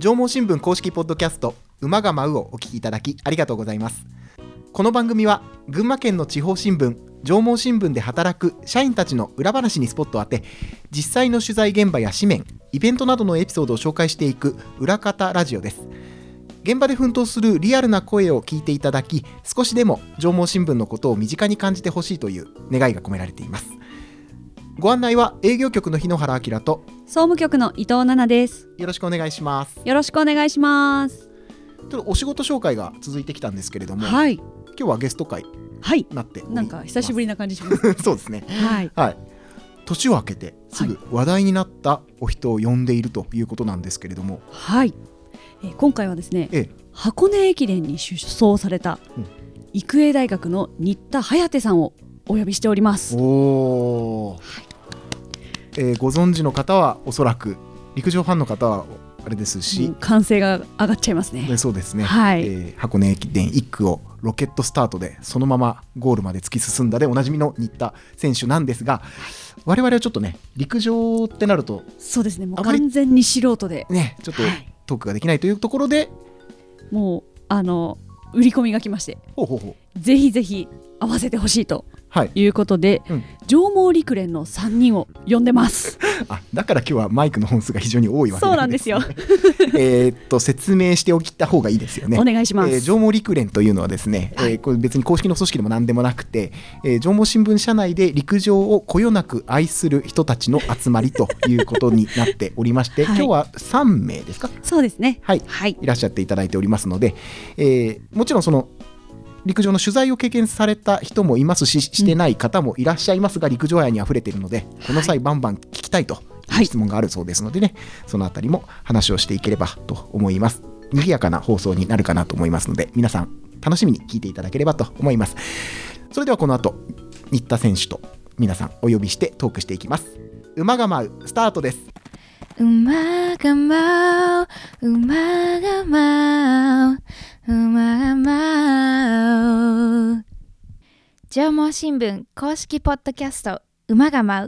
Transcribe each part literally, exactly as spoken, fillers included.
上毛新聞公式ポッドキャスト馬が舞うをお聞きいただきありがとうございます。この番組は群馬県の地方新聞上毛新聞で働く社員たちの裏話にスポットを当て、実際の取材現場や紙面、イベントなどのエピソードを紹介していく裏方ラジオです。現場で奮闘するリアルな声を聞いていただき、少しでも上毛新聞のことを身近に感じてほしいという願いが込められています。ご案内は営業局の日野原明と総務局の伊藤奈々です。 よろしくお願いします。 よろしくお願いします。 ちょっとお仕事紹介が続いてきたんですけれども、 はい、 今日はゲスト会になっております。 なんか久しぶりな感じしますそうですね、 はいはい、年を明けてすぐ話題になったお人を呼んでいるということなんですけれども、 はい、えー、今回はですね、ええ、箱根駅伝に出走された、うん、育英大学の新田颯さんをお呼びしております。 おー、はい、えー、ご存知の方はおそらく、陸上ファンの方はあれですし、 歓声が上がっちゃいますね。 そうですね、 はい、 えー、箱根駅伝いっくをロケットスタートでそのままゴールまで突き進んだでおなじみの新田選手なんですが、我々はちょっとね、陸上ってなるとそうですね、もう完全に素人で、 ね、ちょっとトークができないというところで、はい、 もうあの売り込みが来まして、 ほうほうほう、 ぜひぜひ合わせてほしいということで、はい、うん、上毛陸連のさんにんを呼んでますあ、だから今日はマイクの本数が非常に多いわけなんですね。 そうなんですよえっと説明しておきた方がいいですよね。 お願いします。 えー、上毛陸連というのはですね、はい、えー、これ別に公式の組織でも何でもなくて、えー、上毛新聞社内で陸上をこよなく愛する人たちの集まりということになっておりまして、はい、今日はさんめいですか。 そうですね、 はい、はい、いらっしゃっていただいておりますので、えー、もちろんその陸上の取材を経験された人もいますし、してない方もいらっしゃいますが、陸上愛にあふれているので、この際バンバン聞きたいという質問があるそうですのでね、はい、そのあたりも話をしていければと思います。賑やかな放送になるかなと思いますので、皆さん楽しみに聞いていただければと思います。それではこの後、新田選手と皆さんお呼びしてトークしていきます。馬が舞うスタートです。 馬が舞う、馬が舞う、馬が舞う。上毛新聞公式ポッドキャスト馬が舞う。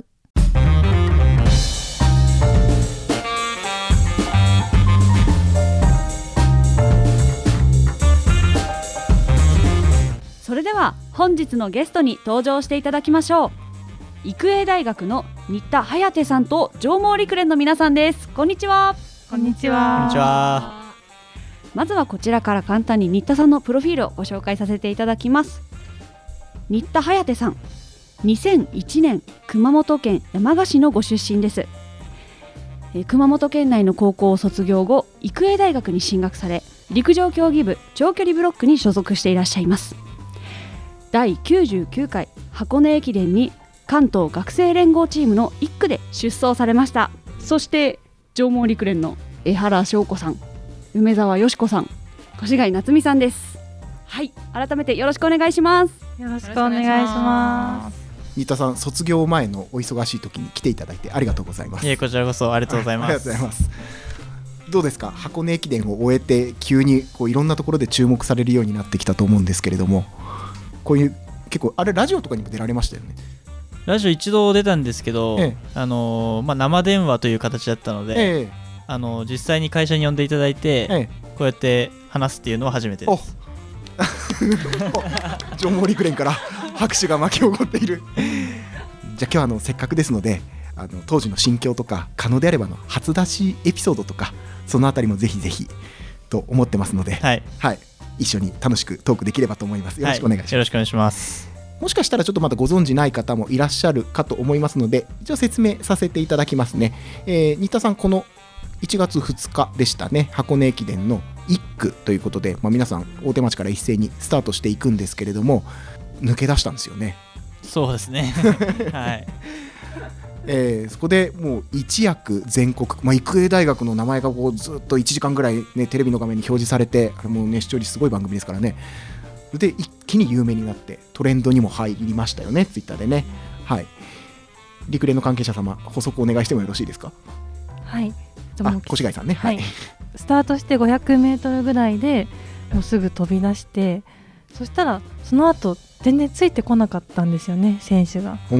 それでは本日のゲストに登場していただきましょう。育英大学の新田颯さんと上毛陸連の皆さんです。こんにちは。 こんにちは。 こんにちは。 まずはこちらから簡単に新田さんのプロフィールをご紹介させていただきます。新田颯さん、にせんいちねん熊本県山鹿市のご出身です。え熊本県内の高校を卒業後、育英大学に進学され、陸上競技部長距離ブロックに所属していらっしゃいます。だいきゅうじゅうきゅうかい箱根駅伝に関東学生連合チームのいっくで出走されました。そして上毛陸連の江原翔子さん、梅沢よし子さん、越谷夏美さんです。はい、改めてよろしくお願いします。 よろしくお願いします。 新田さん、卒業前のお忙しい時に来ていただいてありがとうございます。 いえ、こちらこそありがとうございます。 ありがとうございます。どうですか、箱根駅伝を終えて急にこういろんなところで注目されるようになってきたと思うんですけれども、こういう結構あれラジオとかにも出られましたよね。 ラジオ一度出たんですけど、 ええ、 あのまあ、生電話という形だったので、ええ、あの実際に会社に呼んでいただいて、ええ、こうやって話すっていうのは初めてです。 上毛陸連から拍手が巻き起こっている。じゃあ今日はあのせっかくですので、あの当時の心境とか、可能であればの初出しエピソードとか、そのあたりもぜひぜひと思ってますので、 はいはい、一緒に楽しくトークできればと思います。よろしくお願いします。 はい、よろしくお願いします。 もしかしたらちょっとまだご存じない方もいらっしゃるかと思いますので、一応説明させていただきますね。えー、新田さん、このいちがつふつかでしたね、箱根駅伝のいっくということで、まあ、皆さん大手町から一斉にスタートしていくんですけれども、抜け出したんですよね。 そうですねはい、 えー、そこでもう一躍全国、まあ、育英大学の名前がこうずっといちじかんぐらい、ね、テレビの画面に表示されて、あれもう、ね、視聴率すごい番組ですからね。で一気に有名になってトレンドにも入りましたよね、ツイッターでね。はい、陸連の関係者様、補足お願いしてもよろしいですか。 はい、 あ、越谷さんね、 はい、スタートしてごひゃくメートルぐらいでもうすぐ飛び出して、そしたらその後全然ついてこなかったんですよね、選手が。 うん、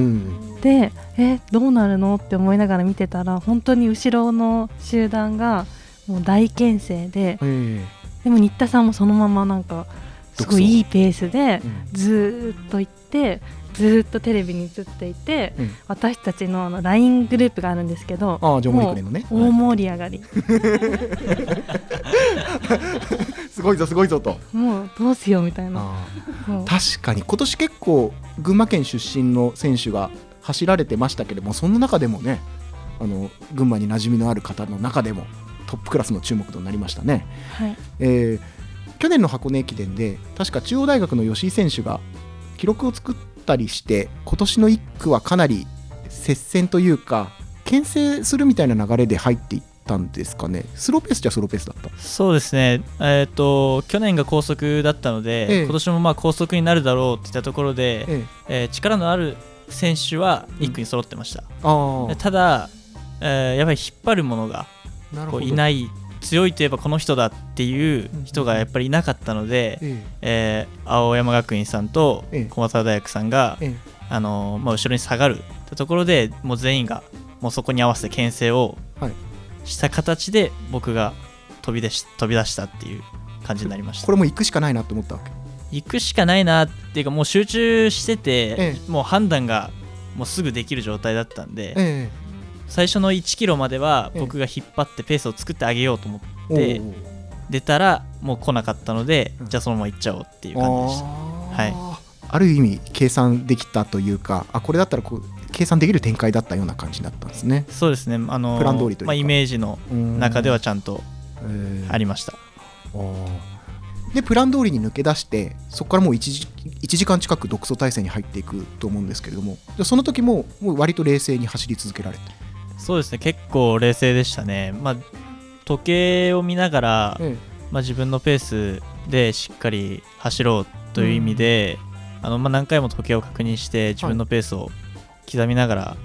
で、えどうなるのって思いながら見てたら、本当に後ろの集団がもう大牽制で、 えー、 でも新田さんもそのままなんかすごいいいペースでずーっと行って、ずーっとテレビに映っていて、うん、私たち の, あの ライン グループがあるんですけど、 あジョモニクレのね、 大盛り上がり、 すごいぞすごいぞと、 もうどうしようみたいな。 確かに今年結構群馬県出身の選手が走られてましたけれども、その中でもね、あの群馬に馴染みのある方の中でもトップクラスの注目度になりましたね、 はい。 えー、去年の箱根駅伝で確か中央大学の吉井選手が記録を作ったりして、今年のいっ区はかなり接戦というか牽制するみたいな流れで入っていったんですかね。スローペースじゃスローペースだった。 そうですね、えー、と去年が高速だったので、ええ、今年もまあ高速になるだろうっていったところで、えええー、力のある選手はいっ区に揃ってました、うん、ただ、えー、やっぱり引っ張るものがこういない、強いといえばこの人だっていう人がやっぱりいなかったので、うんうんえー、青山学院さんと駒澤大学さんが、ええあのーまあ、後ろに下がるってところで、もう全員がもうそこに合わせて牽制をした形で僕が飛び出し、飛び出したっていう感じになりました。 これも行くしかないなと思ったわけ。 行くしかないなっていうか、もう集中してて、ええ、もう判断がもうすぐできる状態だったんで、ええ、最初のいちキロまでは僕が引っ張ってペースを作ってあげようと思って出たらもう来なかったので、うん、じゃあそのまま行っちゃおうっていう感じでした。はい、 ある意味計算できたというか、あこれだったらこう計算できる展開だったような感じだったんですね。 そうですね、あのー、 プラン通りというか、 まあ、イメージの中ではちゃんとありました。 でプラン通りに抜け出して、そこからもう 1, 時いちじかん近く独走態勢に入っていくと思うんですけれども、その時ももう割と冷静に走り続けられて。 そうですね、結構冷静でしたね。まあ、時計を見ながら、ええまあ、自分のペースでしっかり走ろうという意味で、うん、あのまあ、何回も時計を確認して自分のペースを刻みながら、はい、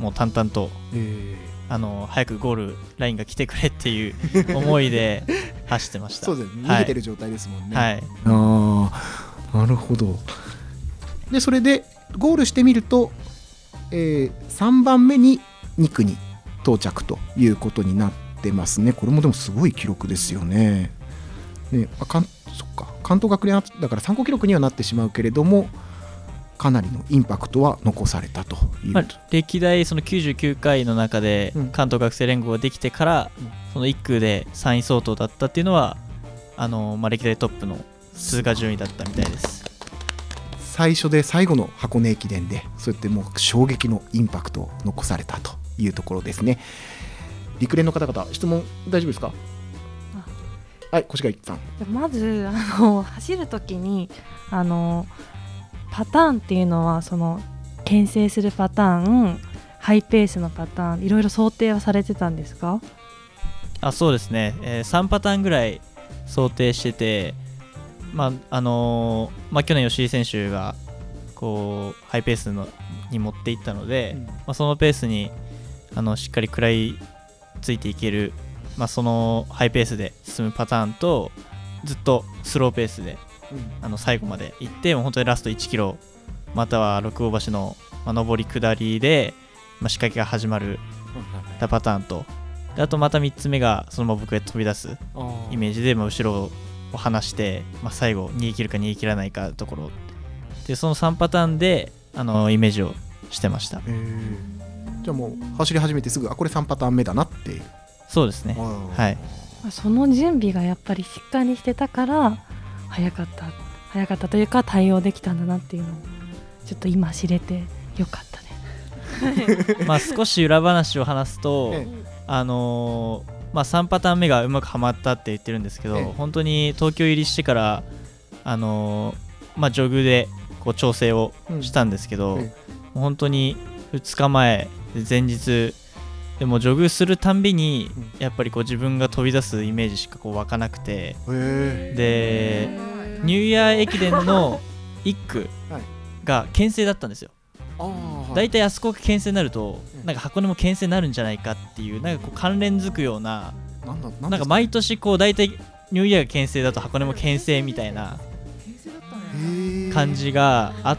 もう淡々と、えーあの早くゴールラインが来てくれっていう思いで走ってました。 そうですね、逃げてる状態ですもんね。 はい、 ああ、なるほど。でそれでゴールしてみると、えー、さんばんめにに区に到着ということになってますね。これもでもすごい記録ですよね。ねあかんそっか関東学連だから参考記録にはなってしまうけれども、かなりのインパクトは残されたという、まあ、 歴代そのきゅうじゅうきゅうかいの中で関東学生連合ができてから、うん、そのいっ区でさんい相当だったっていうのはあの、まあ、歴代トップの通過順位だったみたいです。 最初で最後の箱根駅伝でそうやってもう衝撃のインパクトを残されたというところですね。陸連の方々質問大丈夫ですか？はい、越谷さん。 まずあの走るときにあのパターンっていうのはその牽制するパターン、ハイペースのパターン、いろいろ想定はされてたんですか？ あそうですね、えー、さんパターンぐらい想定してて、まああのーまあ、去年吉井選手がこうハイペースのに持っていったので、うんまあ、そのペースにあのしっかり食らいついていける、まあ、そのハイペースで進むパターンと、ずっとスローペースでうん、あの最後まで行って、もう本当にラストいちキロまたは六郷橋の、まあ、上り下りで、まあ、仕掛けが始まるパターンと、であとまたみっつめがそのまま僕へ飛び出すイメージで、まあ、後ろを離して、まあ、最後逃げ切るか逃げ切らないかところで、そのさんパターンであのイメージをしてました。 えー、じゃあもう走り始めてすぐ、あこれさんパターン目だなっていう。 そうですね、はい。 その準備がやっぱりしっかりしてたから早かった早かったというか対応できたんだなっていうのをちょっと今知れてよかったねまあ少し裏話を話すと、ええあのーまあ、さんパターン目がうまくはまったって言ってるんですけど、ええ、本当に東京入りしてから、あのーまあ、ジョグでこう調整をしたんですけど、うんええ、本当にふつかまえ前日でもジョグするたんびにやっぱりこう自分が飛び出すイメージしかこう湧かなくて、でニューイヤー駅伝のいっ区が牽制だったんですよ。だいたいあそこが牽制になるとなんか箱根も牽制になるんじゃないかっていう、なんかこう関連づくような、なんか毎年こうだいたいニューイヤーが牽制だと箱根も牽制みたいな感じがあって、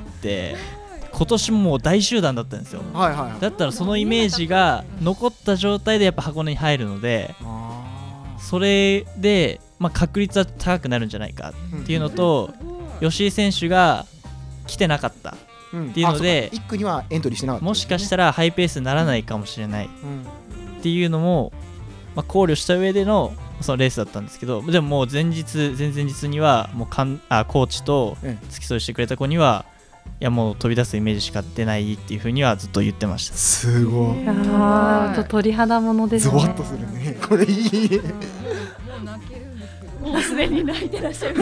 今年ももう大集団だったんですよ、はいはいはい、だったらそのイメージが残った状態でやっぱ箱根に入るので、 それで、まあ、確率は高くなるんじゃないかっていうのと、吉井選手が来てなかったっていうので、 いっ区にはエントリーしてなかった、ね、 もしかしたらハイペースにならないかもしれないっていうのも、まあ、考慮した上でのそのレースだったんですけど、でももう前日前々日にはもうかんあコーチと付き添いしてくれた子には、いやもう飛び出すイメージしか出ないっていう風にはずっと言ってました。 すごい。 あーちょっと鳥肌ものですね。 ゾワッとするね。これいい。 もうすでに泣いてらっしゃいます。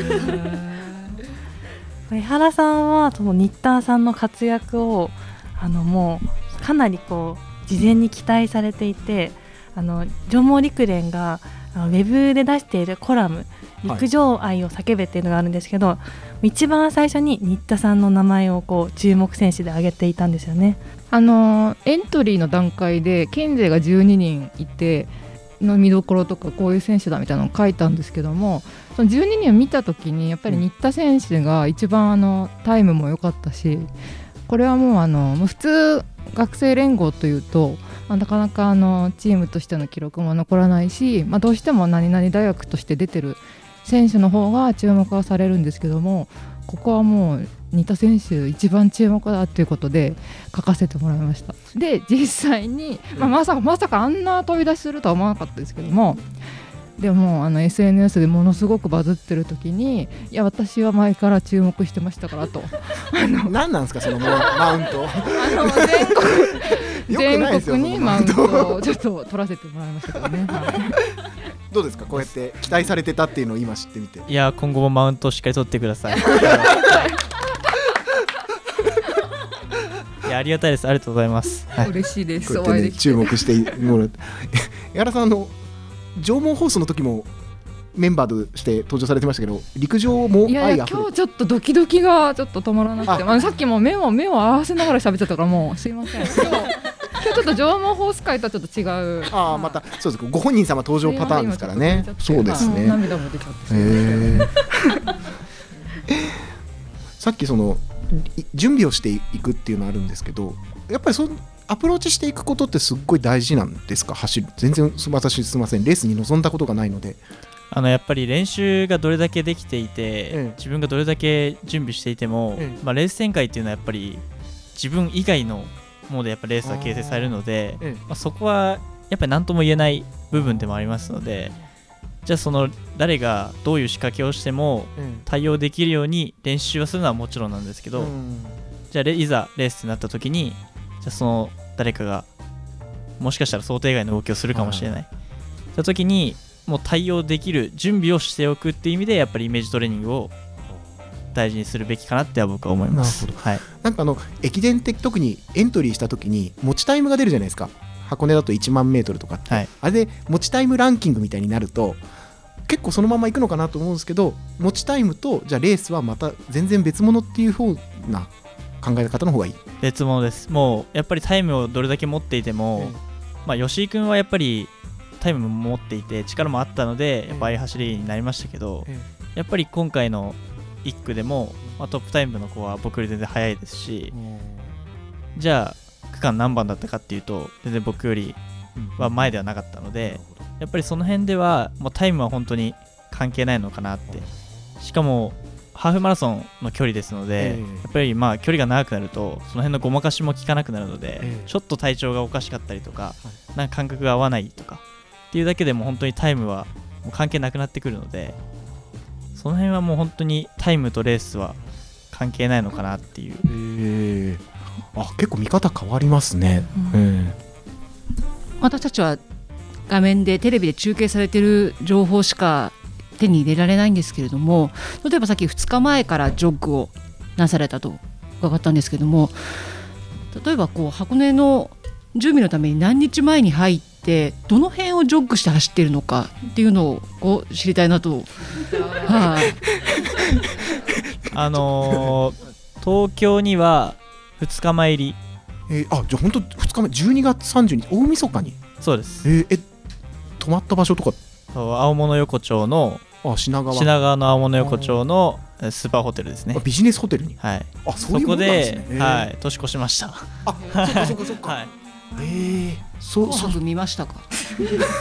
江原さんはその新田さんの活躍をあのもうかなりこう事前に期待されていて、あの上毛陸連があのウェブで出しているコラム陸上愛を叫べっていうのがあるんですけど、はい、一番最初に新田さんの名前をこう注目選手で挙げていたんですよね。 あのエントリーの段階で県勢がじゅうににんいての見どころとかこういう選手だみたいなのを書いたんですけども、そのじゅうににんを見た時にやっぱり新田選手が一番あのタイムも良かったし、これはもうあの普通学生連合というと、まあ、なかなかあのチームとしての記録も残らないし、まあ、どうしても何々大学として出てる選手の方が注目はされるんですけども、ここはもう新田選手一番注目だということで書かせてもらいました。で実際に、まあ、まさかまさかあんな飛び出しするとは思わなかったですけども、でもあの エスエヌエス でものすごくバズってる時に、いや私は前から注目してましたからとあの何なんですかそのマウント。 あの全国全国にマウントをちょっと取らせてもらいましたけどね。 どうですか、こうやって期待されてたっていうのを今知ってみて。 いや今後もマウントをしっかり取ってください。いやありがたいです、ありがとうございます、はい、 嬉しいです。 こうやってね注目してもらって江原さんの縄文放送の時もメンバーとして登場されてましたけど、陸上も愛あふれて、 いやいや今日ちょっとドキドキがちょっと止まらなくて、あ、まあ、さっきも目を目を合わせながら喋っちゃったからもうすいません。今日今日ちょっと縄文ホース会とはちょっと違う。 ああまたそうですか、ご本人様登場パターンですからね。そうですね。 涙も出ちゃって。 えー、さっきその準備をしていくっていうのあるんですけど、やっぱりそのアプローチしていくことってすっごい大事なんですか。走る全然私すみませんレースに臨んだことがないので、 あのやっぱり練習がどれだけできていて、 ええ、自分がどれだけ準備していても、ええまあ、レース展開っていうのはやっぱり自分以外のものでやっぱレースは形成されるので、ええまあ、そこはやっぱり何とも言えない部分でもありますので、じゃあその誰がどういう仕掛けをしても対応できるように練習はするのはもちろんなんですけど、うん、じゃあいざレースになった時にじゃあその誰かがもしかしたら想定外の動きをするかもしれない、そういう時にもう対応できる準備をしておくっていう意味でやっぱりイメージトレーニングを大事にするべきかなって僕は思います。なるほど、はい、 なんかあの駅伝って特にエントリーした時に持ちタイムが出るじゃないですか。箱根だといちまんメートルとかって、はい、あれで持ちタイムランキングみたいになると結構そのままいくのかなと思うんですけど、持ちタイムとじゃあレースはまた全然別物っていう風な考え方の方がいい。 別物です。もうやっぱりタイムをどれだけ持っていても、ええまあ、吉井君はやっぱりタイムも持っていて力もあったのでやっぱああいう走りになりましたけど、ええ、やっぱり今回のいっ区でも、まあ、トップタイムの子は僕より全然速いですし、じゃあ区間何番だったかっていうと全然僕よりは前ではなかったので、やっぱりその辺ではもうタイムは本当に関係ないのかなって。しかもハーフマラソンの距離ですので、やっぱりまあ距離が長くなるとその辺のごまかしも効かなくなるので、ちょっと体調がおかしかったりとか、なんか感覚が合わないとかっていうだけでも本当にタイムはもう関係なくなってくるので、その辺はもう本当にタイムとレースは関係ないのかなっていう。 へー、あ、結構見方変わりますね、うん、 私たちは画面でテレビで中継されている情報しか手に入れられないんですけれども、例えばさっきふつかまえからジョッグをなされたと伺ったんですけども、例えばこう箱根の準備のために何日前に入ってどの辺をジョッグして走っているのかっていうのをこう知りたいなとはい、 あのー、東京にはふつかまえ入り、 えー、あじゃあ本当ふつかまえじゅうにがつさんじゅうにち大晦日に。 そうです、 えー、え泊まった場所とか青物横丁のあ品川品川の青物横丁のスーパーホテルですね。 ビジネスホテルに、 はい、 あそういうものなんですね。 そこで、はい、年越しました。 あそっかそっかそっか、はい、えー、 そう紅白見ましたか。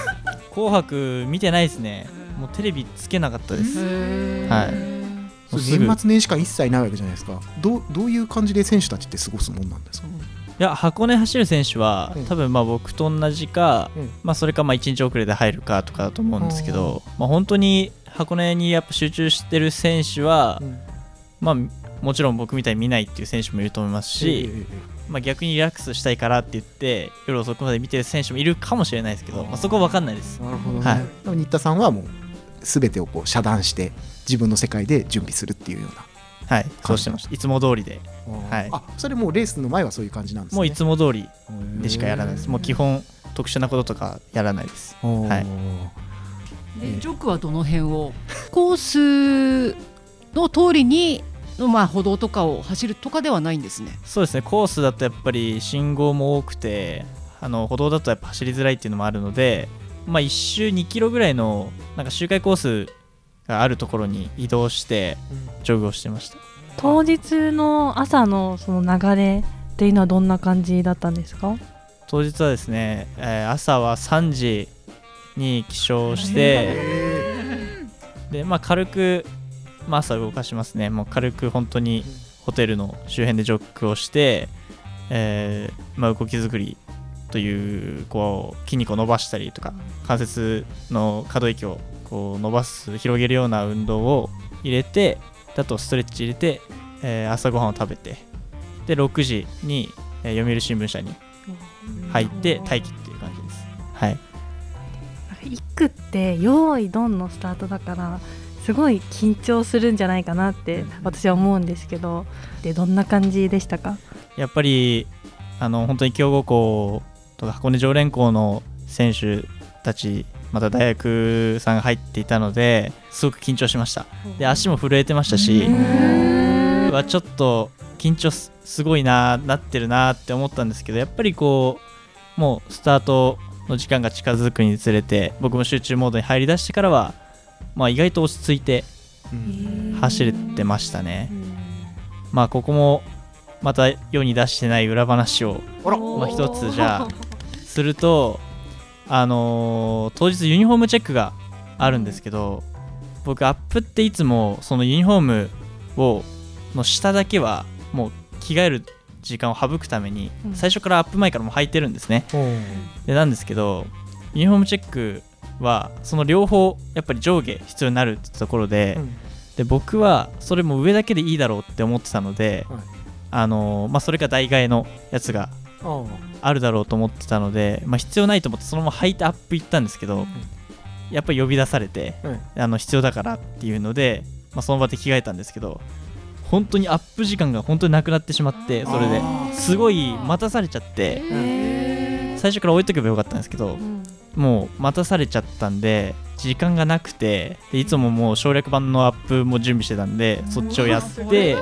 紅白見てないですね。もうテレビつけなかったです。はい。 そう年末年始間一切ないわけじゃないですか。どう、どういう感じで選手たちって過ごすもんなんですか。 いや箱根走る選手は、 うん、 多分まあ僕と同じか、うんまあ、それかまあいちにち遅れで入るかとかだと思うんですけど、まあ、本当に箱根にやっぱ集中してる選手は、うんまあ、もちろん僕みたいに見ないっていう選手もいると思いますし、えーまあ、逆にリラックスしたいからって言って夜遅くまで見てる選手もいるかもしれないですけど、まあ、そこは分かんないです。 なるほどね。はい、新田さんはもう全てをこう遮断して自分の世界で準備するっていうような。 はいそうしてました。いつも通りで、はい、 あそれもうレースの前はそういう感じなんですね。 もういつも通りでしかやらないです。もう基本特殊なこととかやらないです。はいでジョグはどの辺をコースの通りにの、まあ、歩道とかを走るとかではないんですね。 そうですね。コースだとやっぱり信号も多くてあの歩道だとやっぱ走りづらいっていうのもあるので、まあ、いち周にキロぐらいのなんか周回コースがあるところに移動してジョグをしてました。 当日の朝のその流れっていうのはどんな感じだったんですか？ 当日はですね、えー、朝はさんじに起床してで、まあ、軽く、まあ、朝動かしますね。もう軽く本当にホテルの周辺でジョッグをして、えーまあ、動き作りというこう筋肉を伸ばしたりとか関節の可動域をこう伸ばす広げるような運動を入れて、あとストレッチ入れて、えー、朝ごはんを食べてでろくじに、えー、読売新聞社に入って待機っていう感じです。はい。 いっ区って用意ドンのスタートだからすごい緊張するんじゃないかなって私は思うんですけど、でどんな感じでしたか？ やっぱりあの本当に強豪校とか箱根常連校の選手たちまた大学さんが入っていたのですごく緊張しました。で足も震えてましたし、はちょっと緊張 す, すごいななってるなって思ったんですけど、やっぱりこうもうスタートの時間が近づくにつれて僕も集中モードに入りだしてからは、まあ、意外と落ち着いて走れてましたね。まあここもまた世に出してない裏話を、まあ、一つじゃあすると、あのー、当日ユニフォームチェックがあるんですけど、僕アップっていつもそのユニフォームをの下だけはもう着替える時間を省くために最初からアップ前からもう履いてるんですね、うん、でなんですけどユニフォームチェックはその両方やっぱり上下必要になるってところで、うん、で僕はそれも上だけでいいだろうって思ってたので、はい、あのーまあ、それが代替えのやつがあるだろうと思ってたので、まあ、必要ないと思ってそのまま履いてアップ行ったんですけど、うん、やっぱり呼び出されて、うん、あの必要だからっていうので、まあ、その場で着替えたんですけど、本当にアップ時間が本当になくなってしまって、それですごい待たされちゃって、最初から置いとけばよかったんですけど、もう待たされちゃったんで時間がなくて、でいつももう省略版のアップも準備してたんでそっちをやって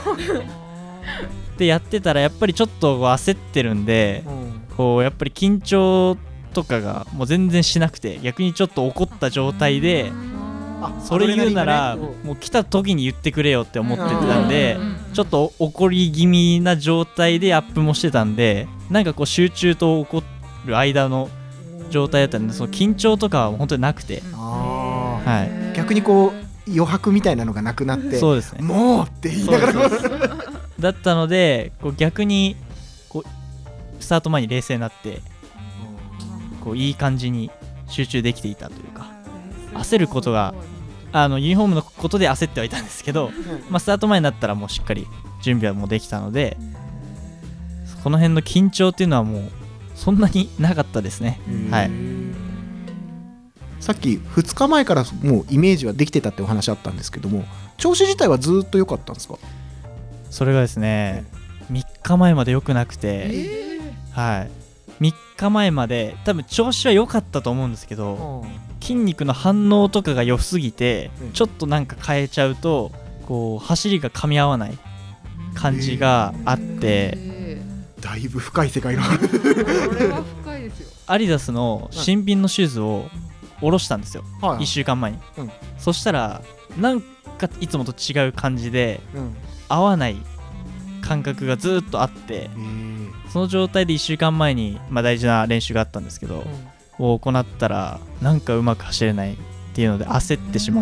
でやってたらやっぱりちょっと焦ってるんで、こうやっぱり緊張とかがもう全然しなくて、逆にちょっと怒った状態で、それ言うならもう来た時に言ってくれよって思ってたんで、ちょっと怒り気味な状態でアップもしてたんで、なんかこう集中と怒る間の状態だったんで、その緊張とかは本当になくて、あ、はい、 逆にこう余白みたいなのがなくなって、 そうですね、 もうって言いながらだったので、こう逆にこうスタート前に冷静になってこういい感じに集中できていたというか、焦ることがあのユニフォームのことで焦ってはいたんですけど、まあ、スタート前になったらもうしっかり準備はもうできたので、この辺の緊張っていうのはもうそんなになかったですね。はい、 さっきふつかまえからもうイメージはできてたってお話あったんですけども、調子自体はずっと良かったんですか？ それがですね、みっかまえまで良くなくて、えー、はい、みっかまえまで多分調子は良かったと思うんですけど、筋肉の反応とかが良すぎて、うん、ちょっとなんか変えちゃうとこう走りが噛み合わない感じがあって、えー、だいぶ深い世界のこれは深いですよ。 アディダスの新品のシューズを下ろしたんですよ、はいはい、いっしゅうかんまえに、うん、そしたらなんかいつもと違う感じで、うん、合わない感覚がずっとあって、その状態でいっしゅうかんまえに、まあ、大事な練習があったんですけど、うん、 を行ったらなんかうまく走れないっていうので焦ってしまって、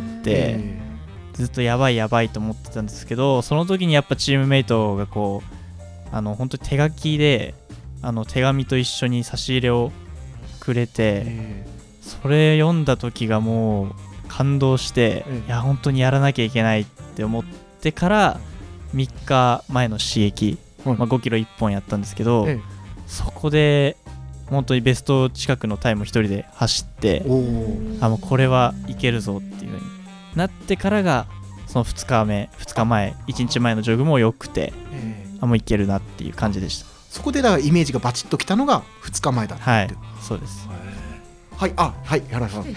ずっとやばいやばいと思ってたんですけど、その時にやっぱチームメイトがこうあの本当に手書きであの手紙と一緒に差し入れをくれて、それ読んだ時がもう感動して、いや本当にやらなきゃいけないって思ってからみっかまえの刺激、まあ、ごキロいっぽんやったんですけど、そこで本当にベスト近くのタイムを一人で走って、あもうこれはいけるぞっていう風になってからがそのふつかめふつかまえいちにちまえのジョグも良くて、あもういけるなっていう感じでした。 そこでだからイメージがバチッときたのがふつかまえだったって。 はい、そうです。 はい、あはい原さん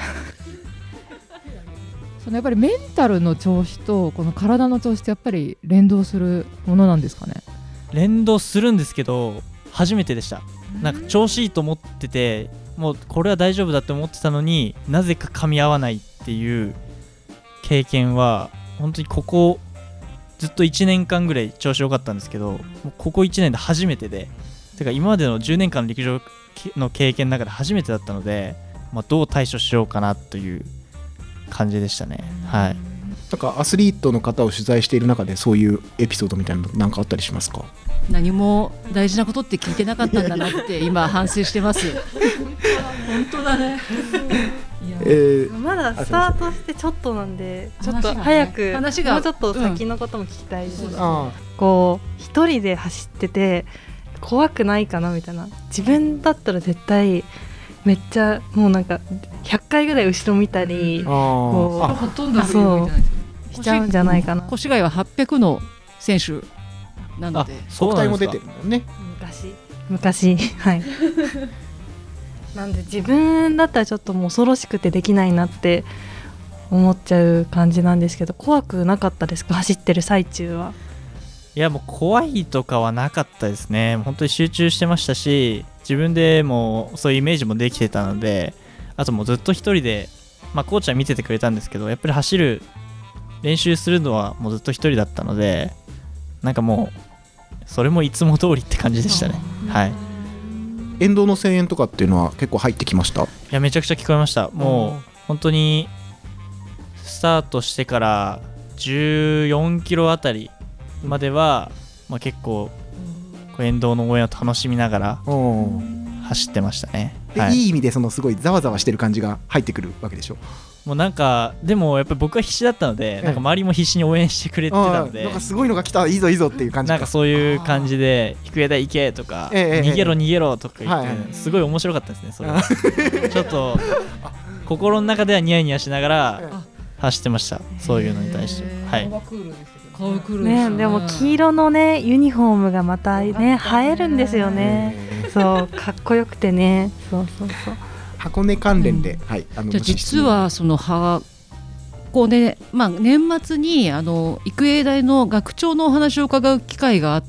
そのやっぱりメンタルの調子とこの体の調子ってやっぱり連動するものなんですかね。 連動するんですけど初めてでした。なんか調子いいと思ってて、もうこれは大丈夫だって思ってたのになぜか噛み合わないっていう経験は本当にここずっといちねんかんぐらい調子良かったんですけど、もうここいちねんで初めてで、てか今までのじゅうねんかんの陸上の経験の中で初めてだったので、まあ、どう対処しようかなという感じでしたね。はい。 なんかアスリートの方を取材している中でそういうエピソードみたいなのなんかあったりしますか？ 何も大事なことって聞いてなかったんだなって今反省してます。本当だね。 えー、 まだスタートしてちょっとなんで、ちょっと早く話がもうちょっと先のことも聞きたいです。うん、こう一人で走ってて怖くないかなみたいな。自分だったら絶対めっちゃもうなんかひゃっかいぐらい後ろ見たり、こうほとんどそうしちゃうんじゃないかな。 越谷ははっぴゃくの選手なので、 国体も出てるもんね。 昔昔はいなんで自分だったらちょっともう恐ろしくてできないなって思っちゃう感じなんですけど、怖くなかったですか、走ってる最中は？ いやもう怖いとかはなかったですね。本当に集中してましたし、自分でもそういうイメージもできてたので、あともうずっと一人で、まあ、コーチは見ててくれたんですけど、やっぱり走る練習するのはもうずっと一人だったので、なんかもうそれもいつも通りって感じでしたね。はい。 沿道の声援とかっていうのは結構入ってきました？いやめちゃくちゃ聞こえました。もう本当にスタートしてからじゅうよんキロあたりまでは、まあ、結構沿道の応援を楽しみながら走ってましたね。 で、はい、いい意味でそのすごいざわざわしてる感じが入ってくるわけでしょ。 もうなんかでもやっぱり僕は必死だったので、なんか周りも必死に応援してくれてたので、 なんかすごいのが来た、いいぞいいぞっていう感じか。 なんかそういう感じで低枝行けとか、ええ、逃げろ逃げろとか言って、はい、すごい面白かったですね。それはちょっと心の中ではニヤニヤしながら走ってました。そういうのに対して、はい。 ね、でも黄色のねユニフォームがまたね映えるんですよね。そうかっこよくてね。そうそうそう。 箱根関連で、うん、はい、 あのじゃあ実はその箱根、まあ、年末にあの育英大の学長のお話を伺う機会があって、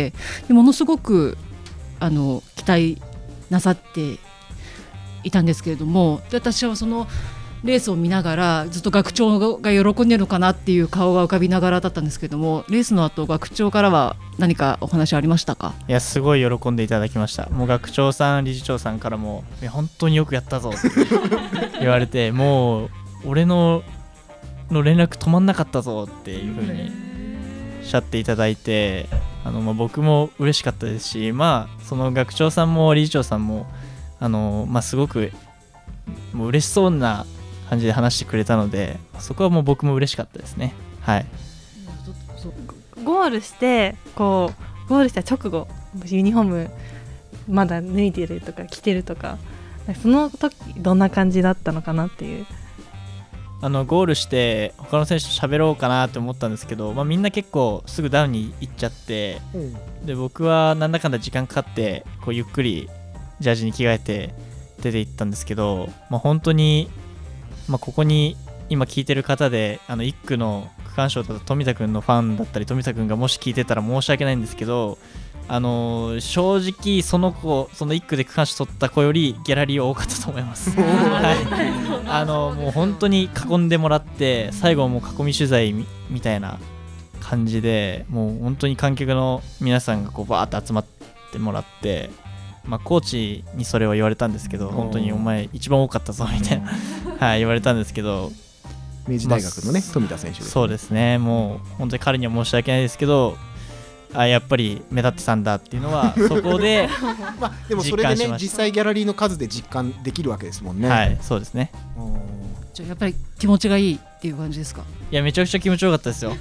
ものすごくあの期待なさっていたんですけれども、で私はそのレースを見ながらずっと学長が喜んでるのかなっていう顔が浮かびながらだったんですけども、レースの後学長からは何かお話ありましたか？ いやすごい喜んでいただきました。もう学長さん理事長さんからもいや本当によくやったぞって言われて、もう俺のの連絡止まんなかったぞっていう風におっしゃっていただいて、あの、まあ、僕も嬉しかったですし、まあその学長さんも理事長さんもあの、まあ、すごくもう嬉しそうな感じで話してくれたので、そこはもう僕も嬉しかったですね。はい。 ゴールしてこうゴールした直後ユニフォームまだ脱いでるとか着てるとか、その時どんな感じだったのかなっていう。 あのゴールして他の選手と喋ろうかなって思ったんですけど、まあ、みんな結構すぐダウンに行っちゃって、うん、で僕はなんだかんだ時間かかってこうゆっくりジャージに着替えて出て行ったんですけど、まあ、本当にまあ、ここに今聞いてる方であのいっ区の区間賞だと富田くんのファンだったり、富田くんがもし聞いてたら申し訳ないんですけど、あのー、正直その子そのいっ区で区間賞取った子よりギャラリーは多かったと思います。はい、あのもう本当に囲んでもらって、最後はもう囲み取材 み, みたいな感じで、もう本当に観客の皆さんがこうバーッと集まってもらって、 まあ、コーチにそれは言われたんですけど、本当にお前一番多かったぞみたいなはい言われたんですけど、 明治大学のね、まあ、富田選手です、ね、 そうですね。もう本当に彼には申し訳ないですけど、あやっぱり目立ってたんだっていうのはそこでまあでもそれでね実際ギャラリーの数で実感できるわけですもんね。 はいそうですね。 じゃあやっぱり気持ちがいいっていう感じですか？ いやめちゃくちゃ気持ちよかったですよ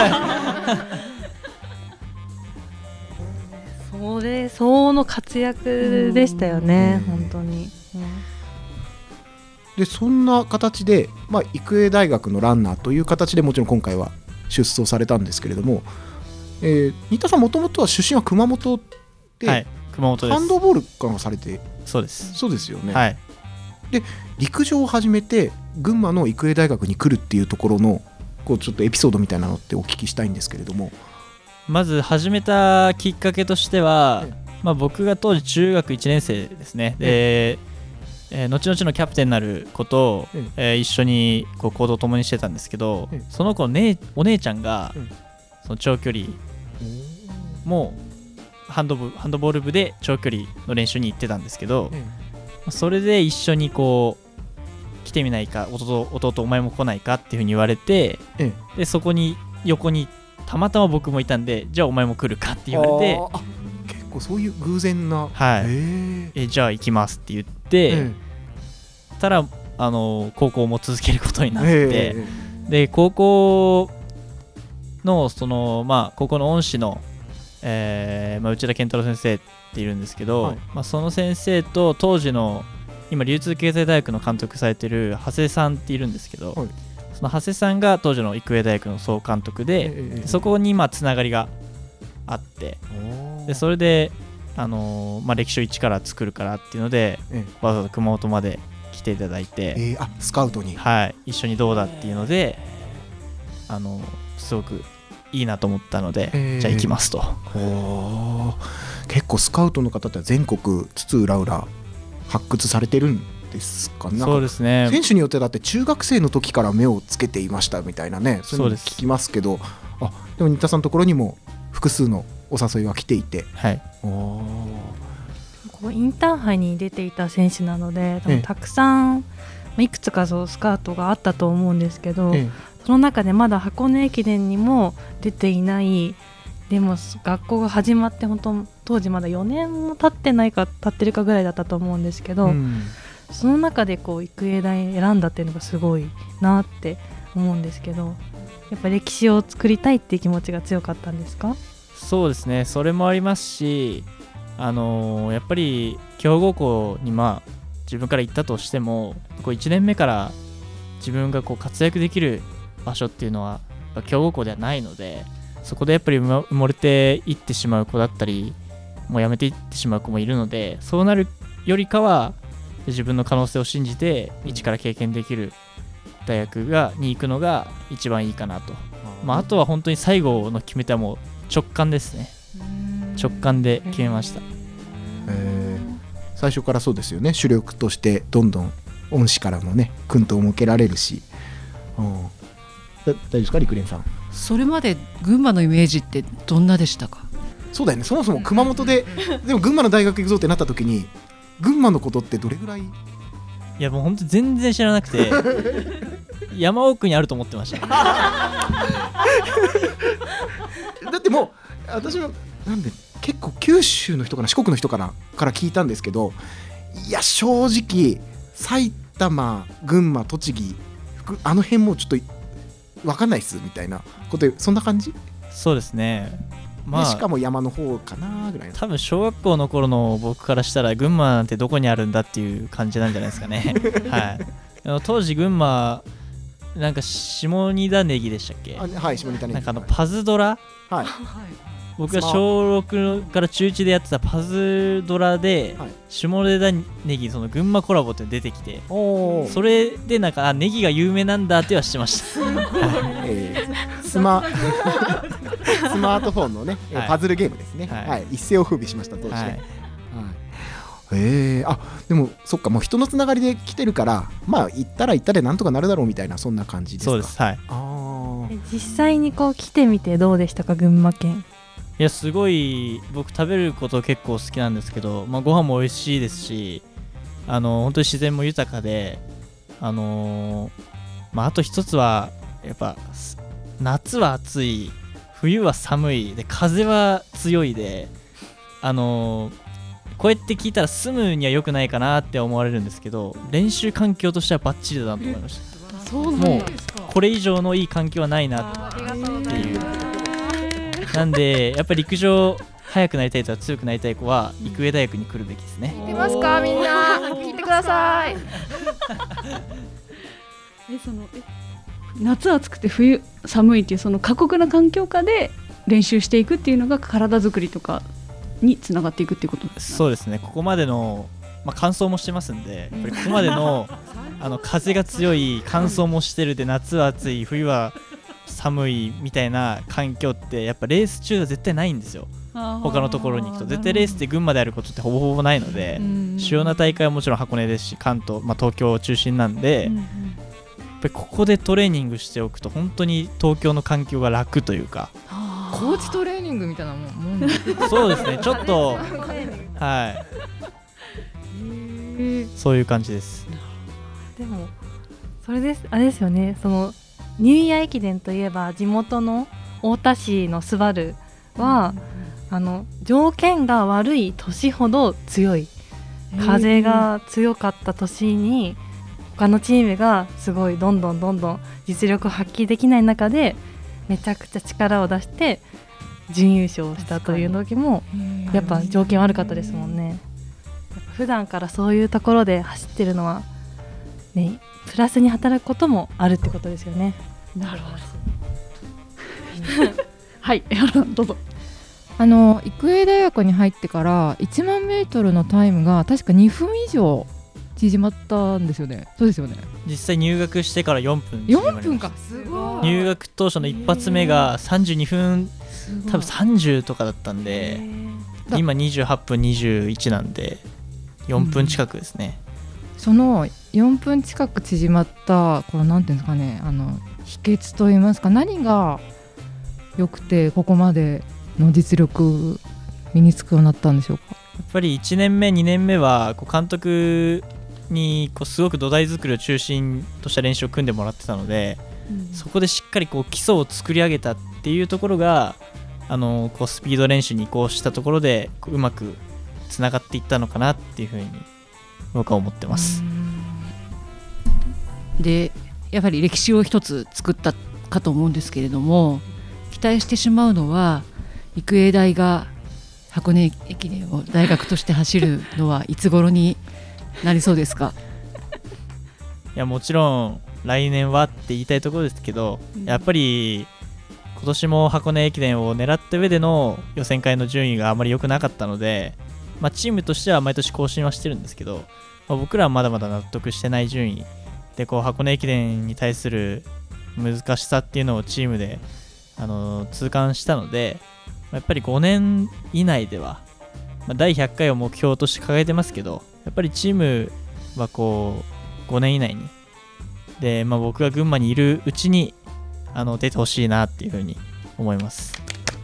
それ相応の活躍でしたよね本当に、うん、 でそんな形で、まあ、育英大学のランナーという形でもちろん今回は出走されたんですけれども、えー、新田さんもともとは出身は熊本で、 はい、熊本です。 ハンドボールからされて、 そうですそうですよね、 はい、 で陸上を始めて群馬の育英大学に来るっていうところのこうちょっとエピソードみたいなのってお聞きしたいんですけれども。 まず始めたきっかけとしては、まあ、僕が当時中学いちねん生ですね。で、えー、後々のキャプテンになる子と、えー、一緒にこう行動を共にしてたんですけど、その子の、ね、お姉ちゃんがその長距離もハンド部、ハンドボール部で長距離の練習に行ってたんですけど、それで一緒にこう来てみないか、弟、弟お前も来ないかっていうふうに言われて、でそこに横にたまたま僕もいたんで、じゃあお前も来るかって言われて、 あ結構そういう偶然な、 はい、えじゃあ行きますって言って、たらあの高校も続けることになって、で高校のそのまあ高校の恩師の、えーまあ、内田健太郎先生っているんですけど、はい、まあ、その先生と当時の今流通経済大学の監督されてる長谷さんっているんですけど、はい、その長谷さんが当時の育英大学の総監督で、えー、そこにまあつながりがあって、でそれで、あのーまあ、歴史を一から作るからっていうので、えー、わざわざ熊本まで来ていただいて、 えー、あスカウトに、 はい、一緒にどうだっていうので、あのー、すごくいいなと思ったので、えー、じゃあ行きますと。 お結構スカウトの方って全国津々浦々発掘されてるんですかね。 そうですね。 選手によってだって中学生の時から目をつけていましたみたいなね、そういうの聞きますけど、あでも新田さんのところにも複数のお誘いは来ていて、 はい、 おこうインターハイに出ていた選手なので、多分たくさんいくつかそうスカウトがあったと思うんですけど、ええ、その中でまだ箱根駅伝にも出ていない、でも学校が始まって本当当時まだよねんも経ってないか経ってるかぐらいだったと思うんですけど、うん、その中でこう育英大選んだっていうのがすごいなって思うんですけど、やっぱ歴史を作りたいっていう気持ちが強かったんですか？ そうですね、それもありますし、あのー、やっぱり強豪校にまあ自分から行ったとしても、こういちねんめから自分がこう活躍できる場所っていうのは強豪校ではないので、そこでやっぱり埋もれていってしまう子だったり、もうやめていってしまう子もいるので、そうなるよりかは自分の可能性を信じて一から経験できる大学がに行くのが一番いいかなと。まあ、あとは本当に最後の決め手はもう直感ですね。直感で決めました。 えー、最初からそうですよね。主力としてどんどん恩師からのね薫陶を向けられるし、うん、だ大丈夫ですか陸連さん。 それまで群馬のイメージってどんなでしたか？ そうだよね、そもそも熊本ででも群馬の大学行くぞってなった時に群馬のことってどれぐらい？いやもう本当全然知らなくて山奥にあると思ってましただってもう私もなんで結構九州の人かな四国の人かなから聞いたんですけど、いや正直埼玉群馬栃木あの辺もちょっと分かんないっすみたいなこと、そんな感じ？そうですね、まあ、でしかも山の方かなぐらいの。 多分小学校の頃の僕からしたら群馬なんてどこにあるんだっていう感じなんじゃないですかねはい、当時群馬なんか下仁田ネギでしたっけ？ あ、はい、下仁田ネギ。 なんかあのパズドラ、はい、僕が小ろくから中いちでやってたパズドラで、はい、下仁田ネギその群馬コラボって出てきて、それでなんかあネギが有名なんだっては知ってましたえー、スマスマートフォンのね、はい、パズルゲームですね、はいはい、一世を風靡しました当時ね、はいはい、えー、あでもそっか、もう人のつながりで来てるから、まあ行ったら行ったでなんとかなるだろうみたいな、そんな感じですか？ そうです、はい。 あ実際にこう来てみてどうでしたか群馬県？ いやすごい僕食べること結構好きなんですけど、まあ、ご飯も美味しいですし、あの本当に自然も豊かで、あのーまあ、あと一つはやっぱ夏は暑い、冬は寒いで、風は強いで、あのーこうやって聞いたら住むには良くないかなって思われるんですけど、練習環境としてはバッチリだなと思いました。 そうもうこれ以上のいい環境はないなっていう。なんでやっぱり陸上速くなりたいとか強くなりたい子は育英大学に来るべきですね。 聞いてますかみんな、聞いてください。 えそのえ夏暑くて冬寒いっていうその過酷な環境下で練習していくっていうのが体作りとかにつながっていくっていうことですか？ そうですね。ここまでの、まあ、乾燥もしてますんで、やっぱりここまでのあの風が強い、乾燥もしてるで、夏は暑い、冬は寒いみたいな環境ってやっぱレース中は絶対ないんですよ。他のところに行くと絶対レースって群馬であることってほぼほぼないので、主要な大会はもちろん箱根ですし、関東、まあ、東京中心なんで、 うんうん、 やっぱりここでトレーニングしておくと本当に東京の環境が楽というか、 コーチトレーニングみたいなもんもんそうですね、ちょっとはい、そういう感じです。 でもそれです、あれですよね、そのニューイヤー駅伝といえば地元の太田市のスバルは、うん、あの条件が悪い年ほど強い、風が強かった年に他のチームがすごいどんどんどんどん実力を発揮できない中でめちゃくちゃ力を出して準優勝したという時もやっぱ条件悪かったですもんね。普段からそういうところで走ってるのはね、プラスに働くこともあるってことですよね。 なるほどはい、どうぞ。 あの育英大学に入ってからいちまんメートルのタイムが確かにふん以上縮まったんですよね。そうですよね。 実際入学してからよんぷん縮まりました。 よんぷんか、すごい。 入学当初の一発目がさんじゅうにふん、多分さんじゅうとかだったんで、今にじゅうはっぷんにじゅういちなんでよんぷん近くですね、 うん、そのよんぷん近く縮まったこのなんていうんですかね、あの秘訣といいますか、何が良くてここまでの実力身につくようになったんでしょうか？ やっぱりいちねんめにねんめはこう監督にこうすごく土台作りを中心とした練習を組んでもらってたので、うん、そこでしっかりこう基礎を作り上げたっていうところがあのこうスピード練習に移行したところでこううまくつながっていったのかなっていうふうに僕は思ってます。 でやっぱり歴史を一つ作ったかと思うんですけれども、期待してしまうのは育英大が箱根駅伝を大学として走るのはいつ頃になりそうですか？ いやもちろん来年はって言いたいところですけど、うん、やっぱり今年も箱根駅伝を狙った上での予選会の順位があまり良くなかったので、まあ、チームとしては毎年更新はしてるんですけど、まあ、僕らはまだまだ納得してない順位でこう箱根駅伝に対する難しさっていうのをチームで、あのー、痛感したので、やっぱりごねん以内では、まあ、だいひゃっかいを目標として掲げてますけど、やっぱりチームはこうごねん以内にで、まあ、僕が群馬にいるうちにあの出てほしいなっていうふうに思います。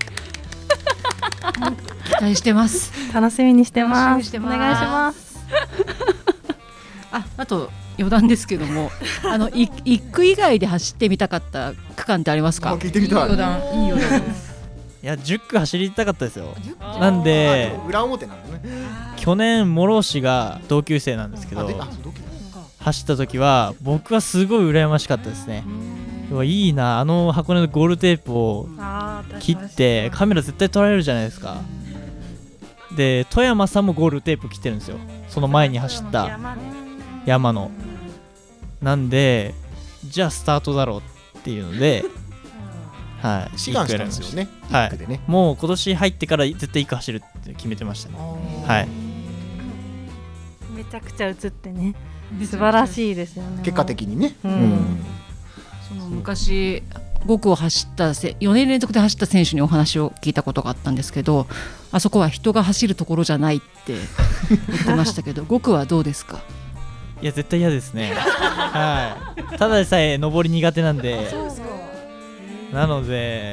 期待してます。 楽しみにしてます。 してます。 お願いします。 あ、あと余談ですけども、あのい一区以外で走ってみたかった区間ってありますか？ 聞いてみたい。 いい余談、いい余談です。 いやじゅっく走りたかったですよ。なんで裏表なんだね。 去年諸氏が同級生なんですけど、走った時は僕はすごい羨ましかったですね。いいな、あの箱根のゴールテープを切ってカメラ絶対撮られるじゃないですか。で富山さんもゴールテープ切ってるんですよ、その前に走った山の。なんでじゃあスタートだろうっていうので、はい、 志願したんですよね。 はい、ね、もう今年入ってから絶対いっ区走るって決めてましたね。はい、 めちゃくちゃ映ってね、素晴らしいですよね。 結果的にね、 うんうん、 その昔ご区を走ったよねん連続で走った選手にお話を聞いたことがあったんですけど、あそこは人が走るところじゃないって言ってましたけどご区はどうですか？ いや絶対嫌ですね。はい、ただでさえ上り苦手なんで、なので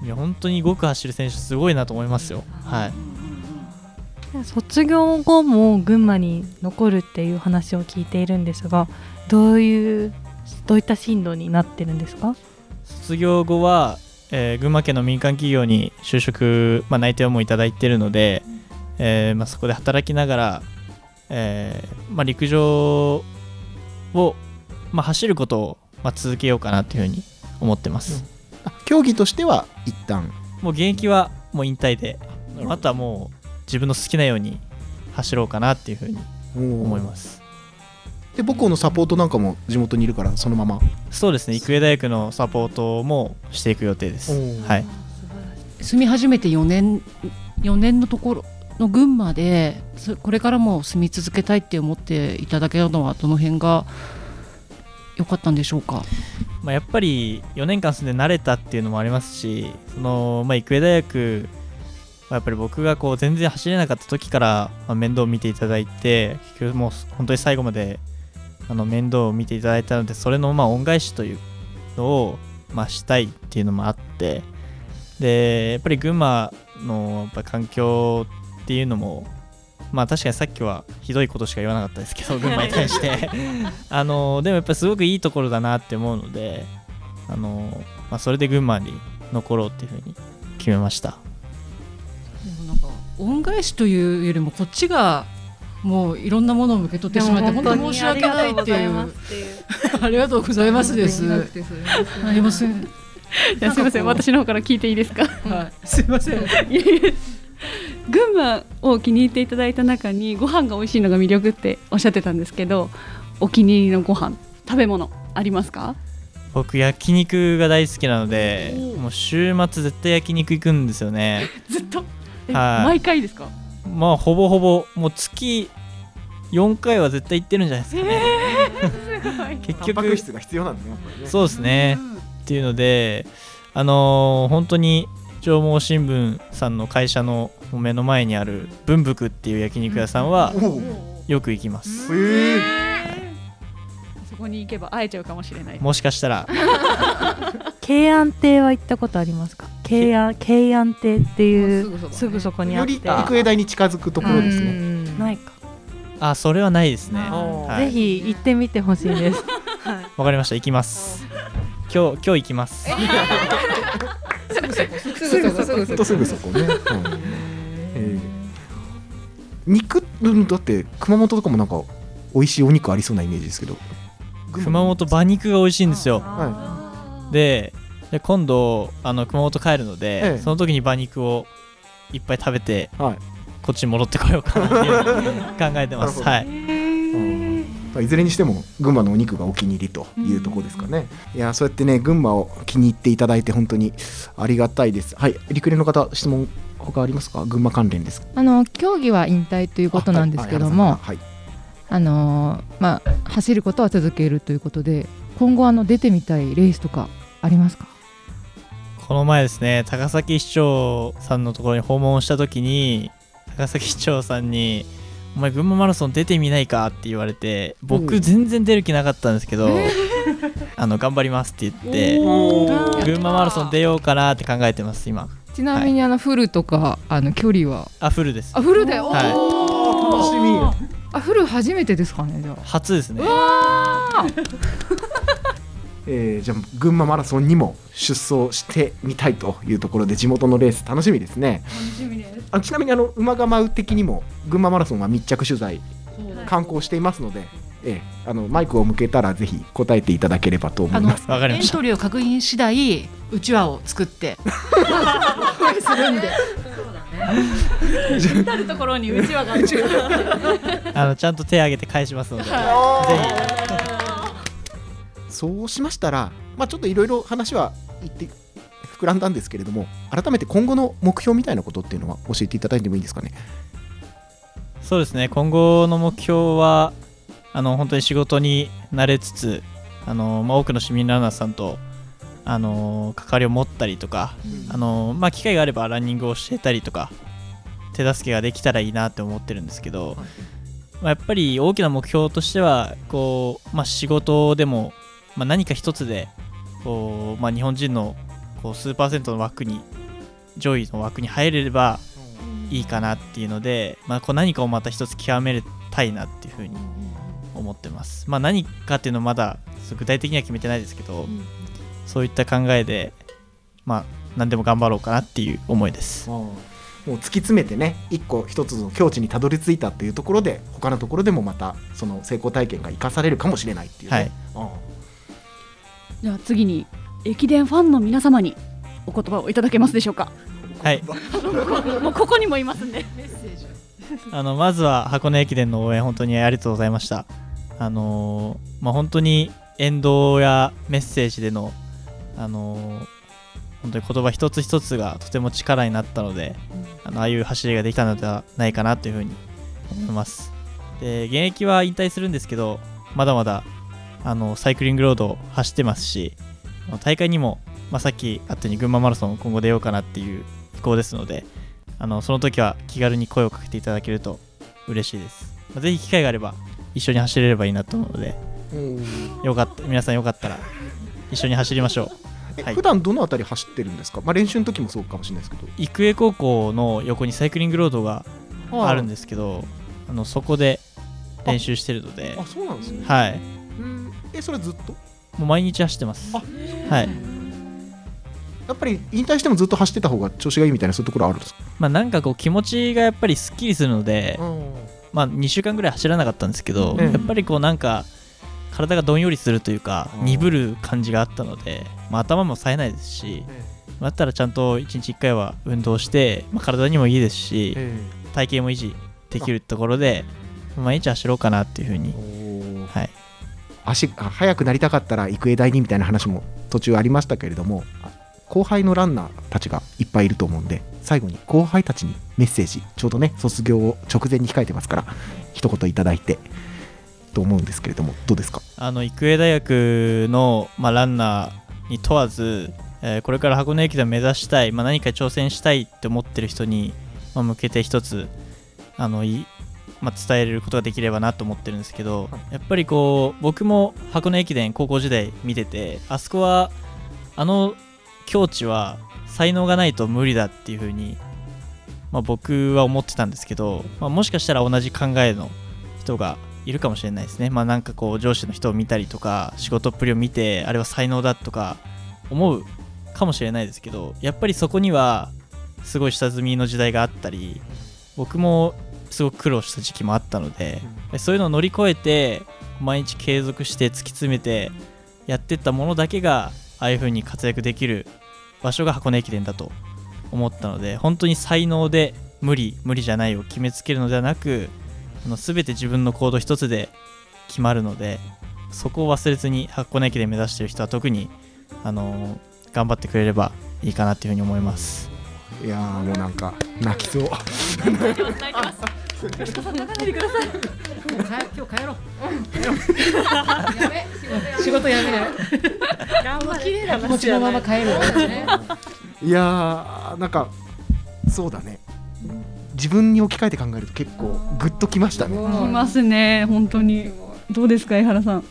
いや本当にごく走る選手すごいなと思いますよ。はい。 卒業後も群馬に残るっていう話を聞いているんですが、どういうどういった進路になってるんですか？ 卒業後は、えー、群馬県の民間企業に就職、まあ、内定をもいただいているので、えーまあ、そこで働きながら、えーまあ、陸上を、まあ、走ることを、まあ、続けようかなというふうに思ってます、 うん、あ競技としては一旦もう現役はもう引退で、あとはもう自分の好きなように走ろうかなっていうふうに思います。 で母校のサポートなんかも地元にいるからそのまま。 そうですね、育英大学のサポートもしていく予定です。はい、 住み始めてよねんよねんのところの群馬でこれからも住み続けたいって思っていただけるのはどの辺が良かったんでしょうか？ まあ、やっぱりよねんかん住んで慣れたっていうのもありますし、その、まあ、育英大学やっぱり僕がこう全然走れなかった時から、まあ、面倒を見ていただいて、結局もう本当に最後まであの面倒を見ていただいたので、それのまあ恩返しというのをまあしたいっていうのもあって、でやっぱり群馬のやっぱ環境っていうのも、まあ確かにさっきはひどいことしか言わなかったですけど群馬に対してあのでもやっぱりすごくいいところだなって思うので、あの、まあ、それで群馬に残ろうっていうふうに決めました。 でもなんか恩返しというよりもこっちがもういろんなものを受け取ってしまって本当に申し訳ないっていうありがとうございますです。ありません。 いやすいません、私の方から聞いていいですか？ はい、すいません。いやいや群馬を気に入っていただいた中にご飯が美味しいのが魅力っておっしゃってたんですけど、お気に入りのご飯食べ物ありますか？ 僕焼肉が大好きなので、もう週末絶対焼肉行くんですよね。 ずっとはい、 毎回ですか？ まあほぼほぼもう月よんかいは絶対行ってるんじゃないですかね、 えー、すごい結局タンパク質が必要なんだね、やっぱりね。 そうですね、うん、っていうので、あのー、本当に上毛新聞さんの会社の目の前にある文福っていう焼肉屋さんはよく行きます、 うん、 はい、そこに行けば会えちゃうかもしれない。 もしかしたら慶安亭は行ったことありますか？慶安慶安亭っていうすぐそこにあって、 より育英大に近づくところですね。 ないか。 あ、それはないですね、はい、ぜひ行ってみてほしいです。 わ、はい、かりました、行きます。今日今日行きます。 すぐそこすぐそこすぐそこすぐそこね、うん、えー、肉だって熊本とかもなんか美味しいお肉ありそうなイメージですけど、 熊本馬肉が美味しいんですよ。 はい、 で, で今度あの熊本帰るので、ええ、その時に馬肉をいっぱい食べて、はい、こっちに戻ってこようかなっていう考えてます。はい、 うん、いずれにしても群馬のお肉がお気に入りというところですかね。いや、そうやってね群馬を気に入っていただいて本当にありがたいです。はい、陸連の方質問他ありますか？群馬関連です。 あの競技は引退ということなんですけども、はい、あのまあ、走ることは続けるということで、今後あの出てみたいレースとかありますか？ この前ですね、高崎市長さんのところに訪問した時に高崎市長さんにお前群馬マラソン出てみないかって言われて、僕全然出る気なかったんですけど、あの頑張りますって言って群馬マラソン出ようかなって考えてます今。 ちなみにあのフルとか、はい、あの距離はあフルです。 あフルで、おー、 はい、楽しみ。 あフル初めてですかね？じゃあ初ですね。 えー、じゃあ群馬マラソンにも出走してみたいというところで、地元のレース楽しみですね。 楽しみです。 あ、ちなみにあの馬が舞う的にも群馬マラソンは密着取材観光していますので、えー、あのマイクを向けたらぜひ答えていただければと思います。 わかりました。 エントリーを確認次第うちわを作ってするんで至るところにうちわがあるあのちゃんと手を挙げて返しますので、ぜひ。 そうしましたら、まあ、ちょっといろいろ話は言って膨らんだんですけれども、改めて今後の目標みたいなことっていうのは教えていただいてもいいですかね？ そうですね、今後の目標はあの本当に仕事に慣れつつ、あの、まあ、多くの市民ランナーさんとあの関わりを持ったりとか、うん、あのまあ、機会があればランニングを教えたりとか手助けができたらいいなって思ってるんですけど、はい、まあ、やっぱり大きな目標としてはこう、まあ、仕事でもまあ、何か一つでこう、まあ、日本人のこう数パーセントの枠に上位の枠に入れればいいかなっていうので、まあ、こう何かをまた一つ極めたいなっていうふうに思ってます。まあ、何かっていうのはまだ具体的には決めてないですけど、そういった考えで、まあ、何でも頑張ろうかなっていう思いです。 もう突き詰めてね、一個一つの境地にたどり着いたっていうところで、他のところでもまたその成功体験が生かされるかもしれないっていうね、 はい、 では次に駅伝ファンの皆様にお言葉をいただけますでしょうか。 はい、 もうここにもいますんであのまずは箱根駅伝の応援本当にありがとうございました。あのーまあ、本当に沿道やメッセージでの、あのー、本当に言葉一つ一つがとても力になったので、あのああいう走りができたのではないかなというふうに思います。で、現役は引退するんですけど、まだまだあのサイクリングロードを走ってますし、大会にも、まあ、さっきあったように群馬マラソンを今後出ようかなっていう意向ですので、あのその時は気軽に声をかけていただけると嬉しいです。まあ、ぜひ機会があれば一緒に走れればいいなと思うので、よかった皆さんよかったら一緒に走りましょう。 え、 はい、 普段どのあたり走ってるんですか。まあ、練習の時もそうかもしれないですけど、 育英高校の横にサイクリングロードがあるんですけど、あのそこで練習してるので。 あ、そうなんですね。 はい。 うん、え、それずっともう毎日走ってます。 あ、 はい。 やっぱり引退してもずっと走ってた方が調子がいいみたいな、そういうところあるんですか。 まあ、なんかこう気持ちがやっぱりすっきりするので、 うん、 まあ、にしゅうかんぐらい走らなかったんですけど、 うん、 やっぱりこうなんか体がどんよりするというか、うん、鈍る感じがあったので、まあ、頭も冴えないですし、うん、だったらちゃんといちにちいっかいは運動して、まあ、体にもいいですし、うん、体型も維持できるところで毎日走ろうかなっていうふうに、はい、 足が速くなりたかったら育英大にみたいな話も途中ありましたけれども、後輩のランナーたちがいっぱいいると思うんで、最後に後輩たちにメッセージ、ちょうどね卒業を直前に控えてますから一言いただいてと思うんですけれども、どうですか。 あの育英大学の、まあ、ランナーに問わず、えー、これから箱根駅伝を目指したい、まあ、何か挑戦したいって思ってる人に、まあ、向けて一つあのい、まあ、伝えることができればなと思ってるんですけど、やっぱりこう僕も箱根駅伝高校時代見てて、あそこはあの境地は才能がないと無理だっていう風に、まあ、僕は思ってたんですけど、まあ、もしかしたら同じ考えの人がいるかもしれないですね。まあなんかこう上司の人を見たりとか仕事っぷりを見て、あれは才能だとか思うかもしれないですけど、やっぱりそこにはすごい下積みの時代があったり、僕もすごく苦労した時期もあったので、そういうのを乗り越えて毎日継続して突き詰めてやっていったものだけがああいう風に活躍できる場所が箱根駅伝だと思ったので、本当に才能で無理無理じゃないを決めつけるのではなく、あの全て自分の行動一つで決まるので、そこを忘れずに箱根駅伝目指している人は特に、あのー、頑張ってくれればいいかなというふうに思います。 いやー、もうなんか泣きそう。 泣いてます。泣かないでください。 今日帰ろう。やめ仕事やめる。綺麗な気持ちのまま帰る。 いやー、なんかそうだね。自分に置き換えて考えると結構グッときましたね。 きますね、本当に。どうですか、江原さん。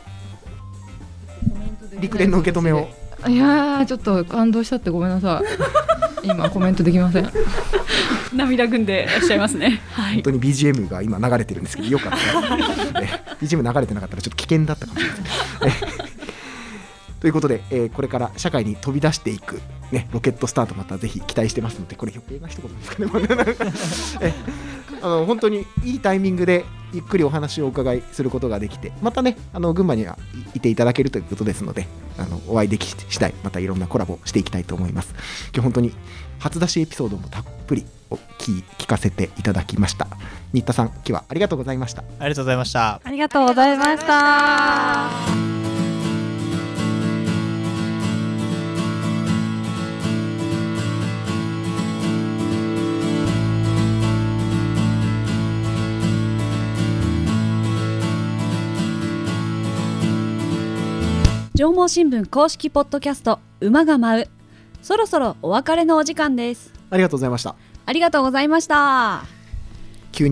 陸連の受け止めを。 いやー、ちょっと感動しちゃってごめんなさい。今コメントできません。 涙ぐんでいらっしゃいますね。はい、 本当に ビージーエム が今流れてるんですけど、よかった、ね、ビージーエム 流れてなかったらちょっと危険だったかもしれないということで、えー、これから社会に飛び出していく、ね、ロケットスタート、またぜひ期待してますので、これ余計な一言ですかね。えあの本当にいいタイミングでゆっくりお話をお伺いすることができて、またね、あの群馬にはいていただけるということですので、あのお会いでき次第またいろんなコラボしていきたいと思います。今日本当に初出しエピソードもたっぷりお 聞, 聞かせていただきました。新田さん、今日はありがとうございました。 ありがとうございました。 ありがとうございました。 上毛新聞公式ポッドキャスト馬が舞う、そろそろお別れのお時間です。 ありがとうございました。 ありがとうございました。 急に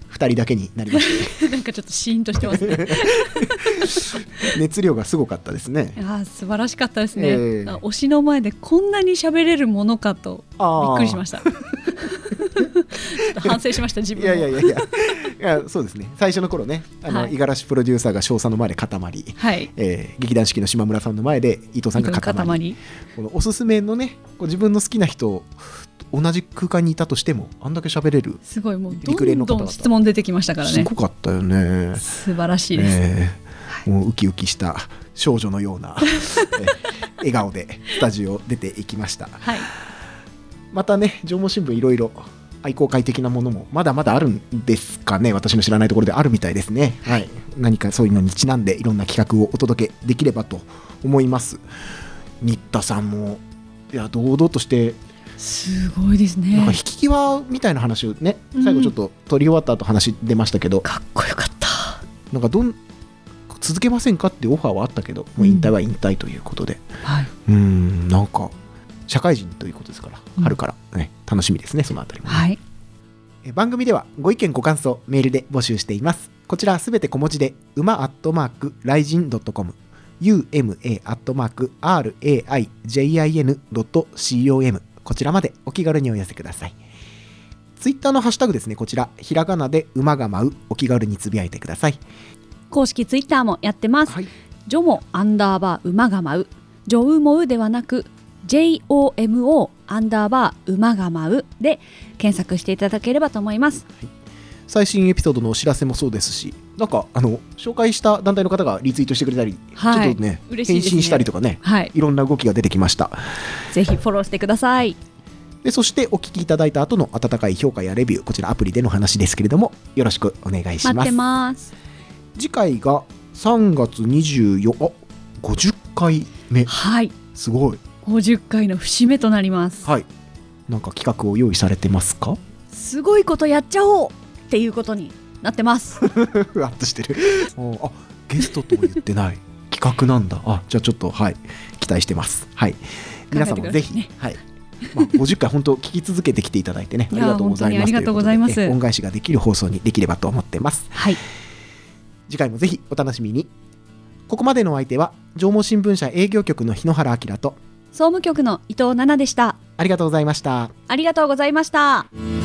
ふたりだけになりましなんかちょっとシーンとしてますね。 熱量がすごかったですね。 いや素晴らしかったですね、 えーあ推しの前でこんなに喋れるものかとびっくりしました。ちょっと反省しました自分も。 いやいやいやいやいやそうですね、最初の頃ね、あの、 はい五十嵐プロデューサーが少佐の前で固まり、 はいえー劇団四季の島村さんの前で伊藤さんが固まり、 塊このおすすめのね、こう自分の好きな人同じ空間にいたとしてもあんだけ喋れる、 すごい、もう陸連の方々 どんどん質問出てきましたからすね。 ごかったよね。 素晴らしいです、 えーもうウキウキした少女のようなえー笑顔でスタジオ出ていきました。 はいまたね、縄文新聞いろいろ愛好会的なものもまだまだあるんですかね。私の知らないところであるみたいですね。はい、何かそういうのにちなんでいろんな企画をお届けできればと思います。新田さんもいや堂々としてすごいですね。 なんか引き際みたいな話をね、最後ちょっと撮り終わった後話出ましたけど、 かっこよかった。 なんかどん続けませんかってオファーはあったけど、もう引退は引退ということで、 はい、 うーんなんか社会人ということですから、 うん春から、ね、楽しみですね、そのあたりもね、 はい、 え番組ではご意見ご感想メールで募集しています。こちらすべて小文字で馬アットマークライジンドットコム ユーエムエー アットマーク アールエーアイジェイアイエヌ ドット コム こちらまでお気軽にお寄せください。ツイッターのハッシュタグですね、こちらひらがなで馬が舞う、お気軽につぶやいてください。 公式ツイッターもやってます。 はい、 ジョモアンダーバー馬が舞う、ジョウモウではなく ジェイオーエムオー アンダーバー馬が舞うで検索していただければと思います。 最新エピソードのお知らせもそうですし、なんかあの紹介した団体の方がリツイートしてくれたり、 はい、 ちょっとね嬉しいですね返信したりとかね、 はい、 いろんな動きが出てきました。 ぜひフォローしてください。 でそしてお聞きいただいた後の温かい評価やレビュー、こちらアプリでの話ですけれどもよろしくお願いします。 待ってます。 次回がさんがつにじゅうよっか、あごじゅっかいめ、 はい、 すごい。 ごじゅっかいの節目となります。 はい、なんか企画を用意されてますか？ すごいことやっちゃおうっていうことになってます。 ふわっとしてるあ、ゲストとも言ってない企画なんだ。あ、じゃあちょっとはい期待してます。はい、皆さんもぜひ、 ね、 はい、まあ、ごじゅっかい本当聞き続けてきていただいてねありがとうございます。 ありがとうございます。 恩返しができる放送にできればと思ってます。 はい、 次回もぜひお楽しみに。ここまでのお相手は縄文新聞社営業局の日野原明と総務局の伊藤奈々でした。 ありがとうございました。 ありがとうございました。